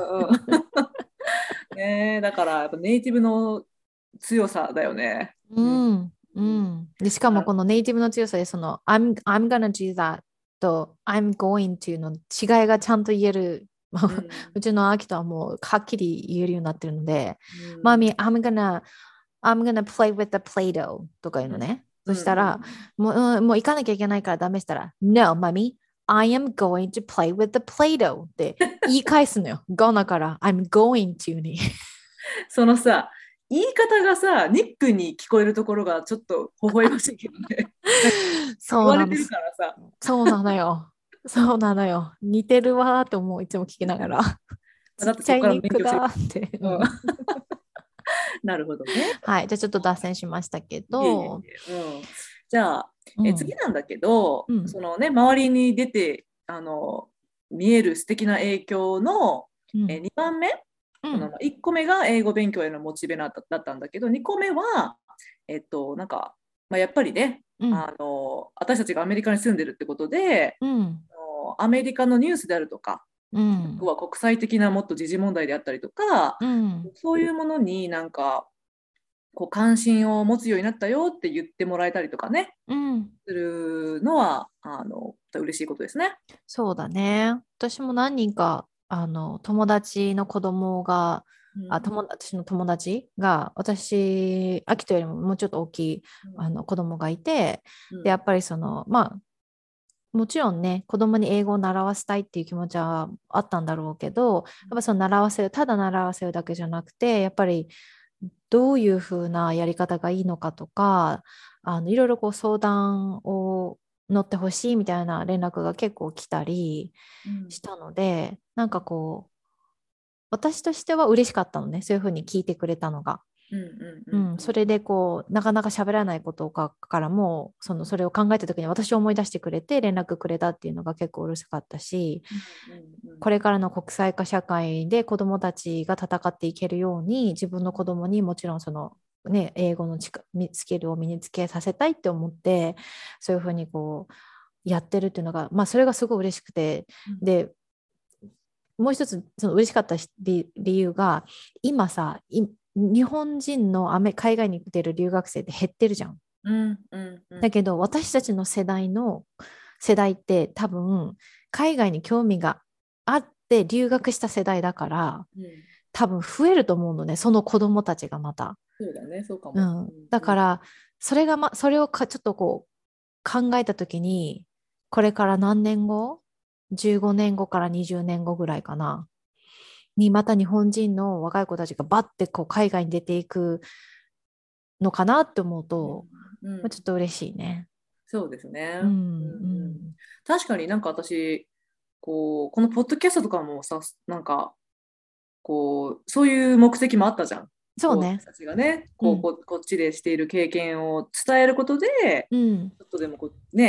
ね、だからやっぱネイティブの強さだよね。 でしかもこのネイティブの強さでその I'm gonna do that と I'm going to の違いがちゃんと言える。うちのアキトはもうはっきり言えるようになってるので、マミ、I'm gonna play with the Play-Doh とか言うのね。そしたら、もう行かなきゃいけないからダメしたら、No, mommy, I am going to play with the Play-Doh って言い返すのよ。gonna から I'm going to に。 そのさ、言い方がさ、ニックに聞こえるところがちょっと微笑ましいけどね。 そうなの。そうなのよ。そうなのよ。似てるわーって思う、いつも聞きながら。ちっちゃいニックだって。 なるほどね。 はい、じゃあちょっと脱線しましたけど。 じゃあ、次なんだけど、そのね、周りに出て見える素敵な影響の、2番目、1個目が英語勉強へのモチベだったんだけど、2個目は、なんか、やっぱりね、私たちがアメリカに住んでるってことで、アメリカのニュースであるとか、は国際的なもっと時事問題であったりとか、そういうものになんかこう関心を持つようになったよって言ってもらえたりとかね、するのは嬉しいことですね。 そうだね。私も何人か友達の子供が、私の友達が、私、秋とよりももうちょっと大きい子供がいて、でやっぱりその、もちろんね、子供に英語を習わせたいっていう気持ちはあったんだろうけど、やっぱそのただ習わせるだけじゃなくて、やっぱりどういうふうなやり方がいいのかとか、いろいろこう相談を乗ってほしいみたいな連絡が結構来たりしたので、なんかこう、私としては嬉しかったのね、そういうふうに聞いてくれたのが。それでこうなかなか喋らないことからもそれを考えた時に私を思い出してくれて連絡くれたっていうのが結構嬉しかったし、これからの国際化社会で子どもたちが戦っていけるように自分の子どもにもちろんその、ね、英語のスキルを身につけさせたいって思ってそういうふうにこうやってるっていうのが、それがすごい嬉しくて、でもう一つその嬉しかった理由が今さ日本人の海外に出る留学生って減ってるじゃん。だけど私たちの世代って多分海外に興味があって留学した世代だから、多分増えると思うのね、その子供たちがまた。 そうだね、そうかも。 だからそれをちょっとこう考えた時に、これから何年後、15年後から20年後ぐらいかなにまた日本人の若い子たちがバッてこう海外に出ていくのかなって思うと、ちょっと嬉しいね。 そうですね。確かになんか私このポッドキャストとかもさ、なんかこうそういう目的もあったじゃん。 そうね。 私たちがねこっちでしている経験を伝えることで、ちょっとでもね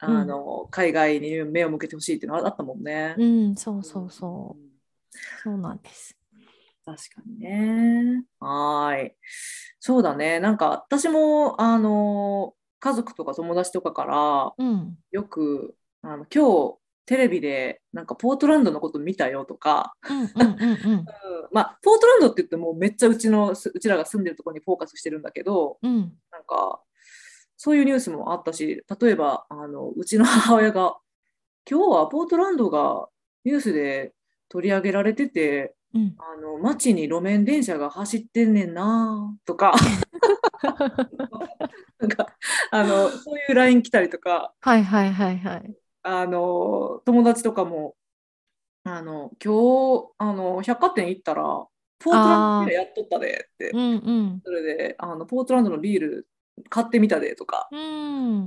海外に目を向けてほしいっていうのはあったもんね。 そうそうそう。そうなんです。 確かにね。はい。そうだね。なんか私も、家族とか友達とかから、よく、今日テレビで、なんかポートランドのこと見たよとか、まあ、ポートランドって言ってもめっちゃうちらが住んでるところにフォーカスしてるんだけど、なんか、そういうニュースもあったし、例えば、うちの母親が、今日はポートランドがニュースで取り上げられてて、街に路面電車が走ってんねんなとかなんかそういう LINE 来たりとか、 はいはいはいはい。 友達とかも今日百貨店行ったらポートランドビールああ、 やっとったでって、 うんうん。 それでポートランドのビール買ってみたでとか、 うん。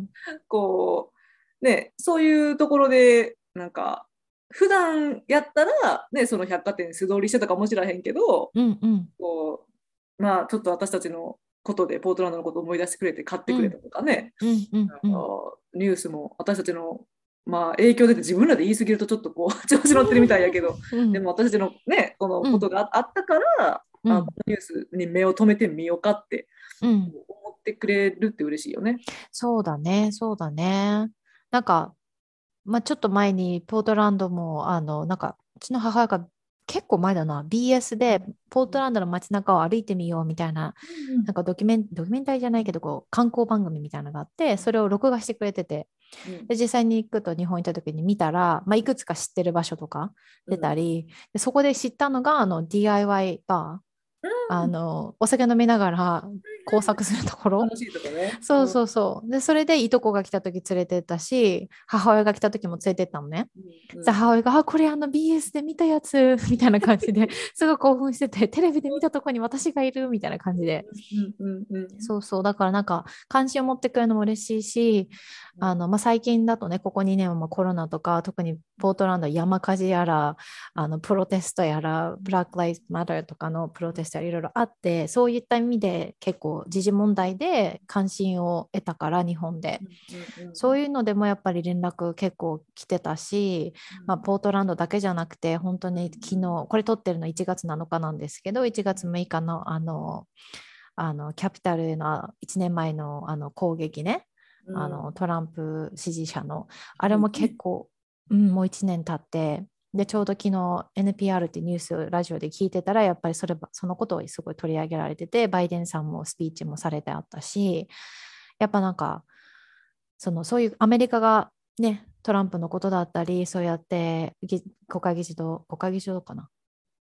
こうね、そういうところでなんか普段やったら、ね、その百貨店素通りしてたかもしれへんけど、 うんうん。 こまあ、ちょっと私たちのことでポートランドのことを思い出してくれて買ってくれたうんとかね、 うんうんうん。 ニュースも私たちの、まあ、影響出て自分らで言い過ぎるとちょっとこう調子乗ってるみたいやけど、でも私たちのねこのことがあったから、このニュースに目を留めてみようかって思ってくれるって嬉しいよね。 そうだね、そうだね。なんか、まあ、ちょっと前にポートランドも、なんか、うちの母親が結構前だな、BS でポートランドの街中を歩いてみようみたいな、なんかドキュメンタリーじゃないけど、こう、観光番組みたいなのがあって、それを録画してくれてて、で、実際に行くと日本行った時に見たら、まあ、いくつか知ってる場所とか出たり、でそこで知ったのが、DIY バー。お酒飲みながら工作するところ。 楽しいとこね。 そうそうそう。で、それでいとこが来た時連れてったし、母親が来た時も連れてったのね。で、母親が、これBS で見たやつ、みたいな感じですごい興奮してて、テレビで見たとこに私がいる、みたいな感じで。そうそう。だからなんか、関心を持ってくれるのも嬉しいし、まあ、最近だとね、ここ2年はまあコロナとか、特にポートランドは山火事やら、プロテストやら、ブラック・ライズ・マターとかのプロテストやらいろいろあって、そういった意味で結構時事問題で関心を得たから、日本で。そういうのでもやっぱり連絡結構来てたし、まあ、ポートランドだけじゃなくて、本当に昨日、これ撮ってるの1月7日なんですけど、1月6日のキャピタルへの1年前の攻撃ね、トランプ支持者の、あれも結構、もう1年経って、で、ちょうど昨日 NPR ってニュースをラジオで聞いてたら、やっぱりそのことをすごい取り上げられてて、バイデンさんもスピーチもされてあったし、やっぱなんか、そういうアメリカがね、トランプのことだったり、そうやって国会議事堂かな、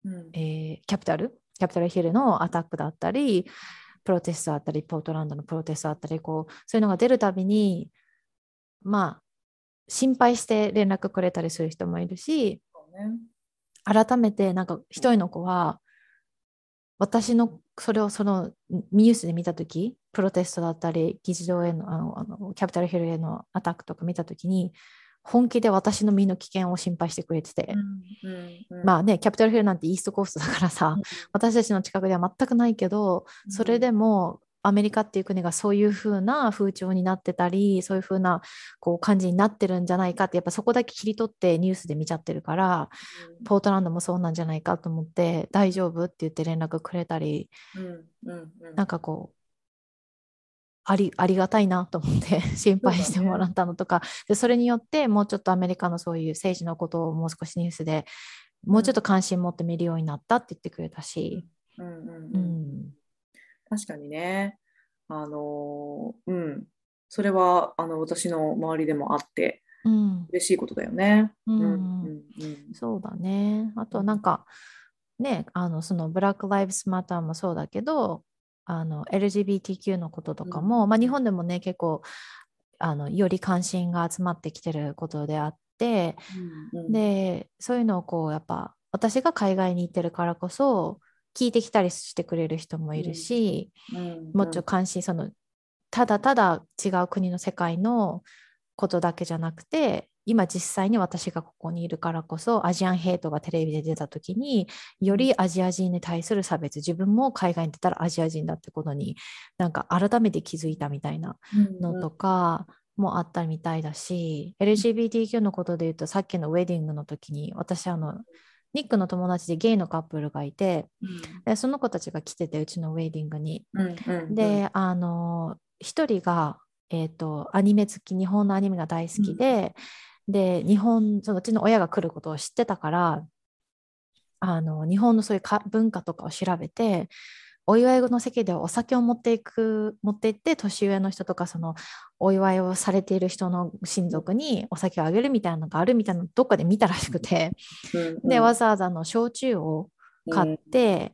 キャピタルヒルのアタックだったり、プロテストだったり、ポートランドのプロテストだったり、こう、そういうのが出るたびに、まあ、心配して連絡くれたりする人もいるし、改めて、なんか一人の子は、私のそれをニュースで見たとき、プロテストだったり、議事堂への、キャピタルヒルへのアタックとか見たときに、本気で私の身の危険を心配してくれてて、まあね、キャピタルヒルなんてイーストコーストだからさ、私たちの近くでは全くないけど、それでもアメリカっていう国がそういう風な風潮になってたり、そういう風なこう感じになってるんじゃないかって、やっぱそこだけ切り取ってニュースで見ちゃってるから、ポートランドもそうなんじゃないかと思って、大丈夫って言って連絡くれたり、なんかこう、ありがたいなと思って心配してもらったのとか、でそれによってもうちょっとアメリカのそういう政治のことをもう少しニュースでもうちょっと関心持って見るようになったって言ってくれたし、 確かにね、それは私の周りでもあって、嬉しいことだよね。 そうだね。あとなんか、ね、そのブラック・ライブズ・マターもそうだけど、LGBTQ のこととかも、まあ、日本でもね、結構より関心が集まってきてることであって、で、そういうのをこう、やっぱ、私が海外に行ってるからこそ、聞いてきたりしてくれる人もいるし、もうちょっと関心、ただただ違う国の世界のことだけじゃなくて、今実際に私がここにいるからこそ、アジアンヘイトがテレビで出た時に、よりアジア人に対する差別、自分も海外に出たらアジア人だってことになんか改めて気づいたみたいなのとか、 もあったみたいだし、LGBTQ のことで言うと、さっきのウェディングの時に、私、ニックの友達でゲイのカップルがいて、でその子たちが来てて、うちのウェディングに。で、一人が、アニメ好き、日本のアニメが大好きで、で、そのうちの親が来ることを知ってたから、日本のそういう文化とかを調べて、お祝いの席ではお酒を持って行って、年上の人とか、そのお祝いをされている人の親族にお酒をあげるみたいなのがあるみたいなのどっかで見たらしくて、で、わざわざ焼酎を買って、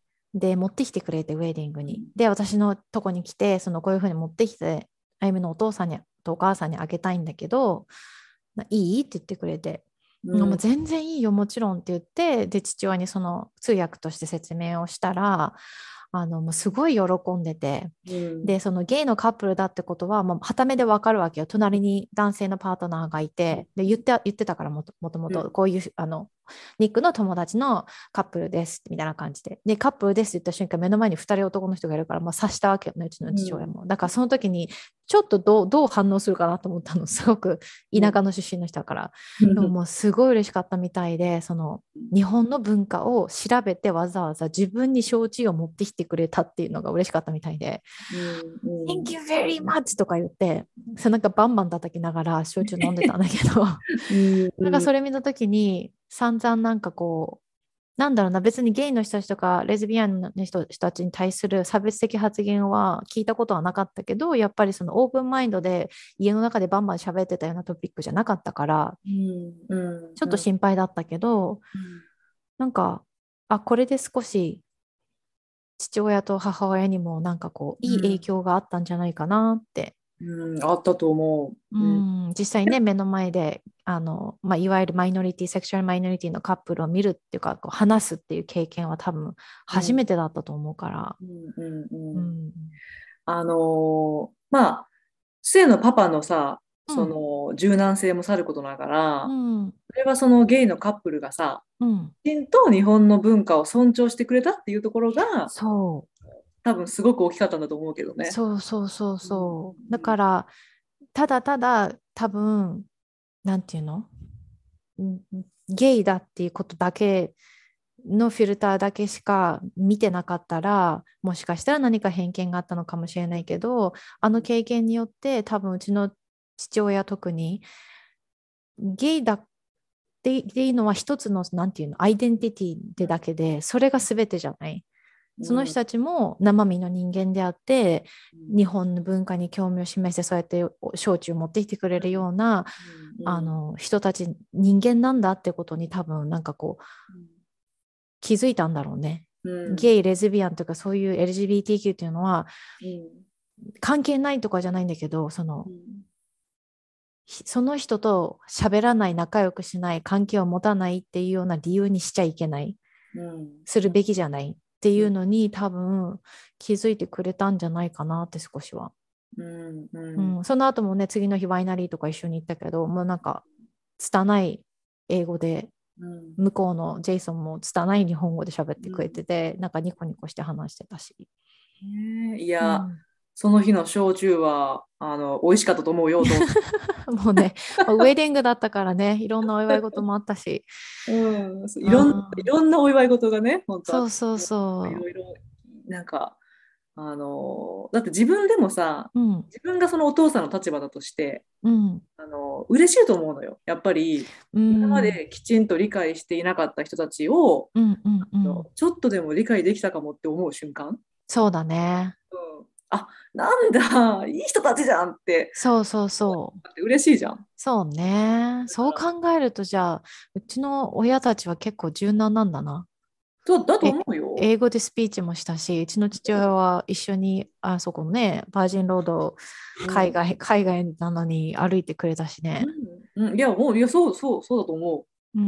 で、持ってきてくれて、ウェディングに。で、私のとこに来て、こういうふうに持ってきて、あゆみのお父さんとお母さんにあげたいんだけど、いいって言ってくれて、もう全然いいよ、もちろんって言って、で、父親にその通訳として説明をしたら、もうすごい喜んでて、で、そのゲイのカップルだってことは、もう傍目でわかるわけよ。隣に男性のパートナーがいて、で、言ってたから、もともと、こういう、ニックの友達のカップルですみたいな感じで。で、カップルですって言った瞬間、目の前に2人男の人がいるから、もう察したわけよね、うちの父親も。だからその時に、ちょっとどう反応するかなと思ったの、すごく田舎の出身の人だから。でももうすごい嬉しかったみたいで、日本の文化を調べてわざわざ自分に焼酎を持ってきてくれたっていうのが嬉しかったみたいで、Thank you very much とか言って、なんかバンバン叩きながら焼酎飲んでたんだけど、なんかそれ見た時に散々なんかこう、なんだろうな、別にゲイの人たちとかレズビアンの人たちに対する差別的発言は聞いたことはなかったけど、やっぱりそのオープンマインドで家の中でバンバン喋ってたようなトピックじゃなかったから、ちょっと心配だったけど、なんか、これで少し父親と母親にもなんかこう、いい影響があったんじゃないかなって。 あったと思う。 実際ね、目の前で、いわゆるセクシュアルマイノリティのカップルを見るっていうか、こう話すっていう経験は多分初めてだったと思うから。 まあ、末のパパのさ、その柔軟性もさることながら、それはそのゲイのカップルがさ、きちんと日本の文化を尊重してくれたっていうところが、多分すごく大きかったんだと思うけどね。 だから、ただただ多分、なんていうの、ゲイだっていうことだけのフィルターだけしか見てなかったら、もしかしたら何か偏見があったのかもしれないけど、あの経験によって多分うちの父親特にゲイだっていうのは一つのなんていうのアイデンティティでだけで、それが全てじゃない。その人たちも生身の人間であって、日本の文化に興味を示してそうやって焼酎を持ってきてくれるような、人たち人間なんだってことに多分なんかこう、気づいたんだろうね。ゲイレズビアンとかそういう LGBTQ っていうのは、関係ないとかじゃないんだけど、その人と喋らない、仲良くしない、関係を持たないっていうような理由にしちゃいけない、するべきじゃないっていうのに多分気づいてくれたんじゃないかなって少しは。その後もね、次の日ワイナリーとか一緒に行ったけど、もうなんか拙い英語で、向こうのジェイソンも拙い日本語で喋ってくれてて、なんかニコニコして話してたし。 いや、その日の焼酎は美味しかったと思うよ。 もうね、ウェディングだったからね、いろんなお祝い事もあったし。 いろんなお祝い事がね、本当そう。 いろいろ、なんか、だって自分でもさ、自分がそのお父さんの立場だとして、嬉しいと思うのよ。やっぱり、今まできちんと理解していなかった人たちを、ちょっとでも理解できたかもって思う瞬間。 そうだね。 なんだ、いい人たちじゃんって。 そう嬉しいじゃん。 そうね。そう考えると、じゃあ、うちの親たちは結構柔軟なんだな。 だと思うよ。 英語でスピーチもしたし、うちの父親は一緒に、そこね、バージンロード、海外なのに歩いてくれたしね。 いや、そうだと思う。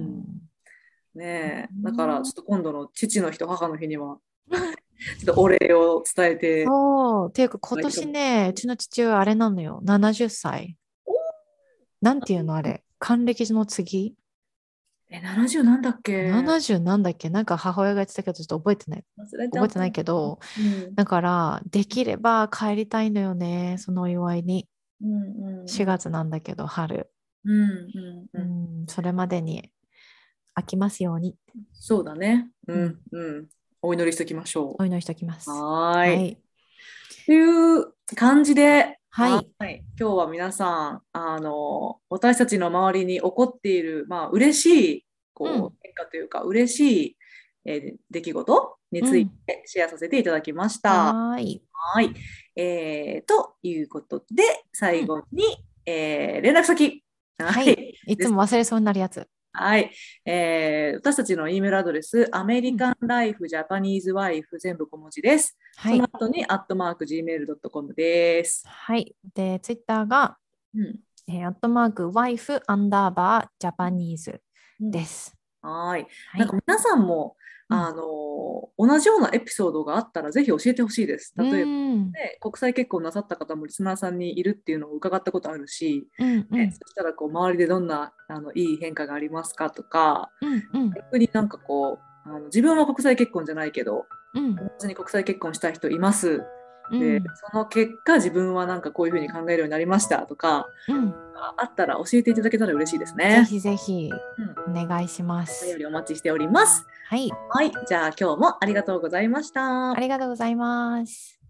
ねえ、だからちょっと今度の父の日と母の日には、ちょっとお礼を伝えて。 そう。っていうか今年ね、うちの父親あれなのよ。70歳。なんていうのあれ。還暦の次。 70なんだっけ ?70 なんだっけ、なんか母親が言ってたけど、ちょっと覚えてない。覚えてないけど、だから、できれば帰りたいのよね、そのお祝いに。 4月なんだけど春、それまでに飽きますように。 そうだね。お祈りしておきましょう。お祈りしておきます。 はい。という感じで、 はい。 今日は皆さん、私たちの周りに起こっている、嬉しい変化というか、嬉しい、出来事についてシェアさせていただきました。 はい。 ということで、最後に、連絡先。 はい。いつも忘れそうになるやつ。 はい、私たちの E メールアドレス、アメリカンライフジャパニーズワイフ全部小文字です。その後に、@gmail.com です。 はい。で、ツイッターが、ワイフ_ジャパニーズです。 はい。なんか皆さんも、同じようなエピソードがあったらぜひ教えてほしいです。例えば、国際結婚なさった方もリスナーさんにいるっていうのを伺ったことあるし、そしたら周りでどんないい変化がありますかとか、逆になんか自分は国際結婚じゃないけど、同時に国際結婚したい人います。で、その結果自分はなんかこういうふうに考えるようになりましたとか、あったら教えていただけたら嬉しいですね。 ぜひぜひお願いします。 お便りお待ちしております。 はい。 はい。じゃあ今日もありがとうございました。 ありがとうございます。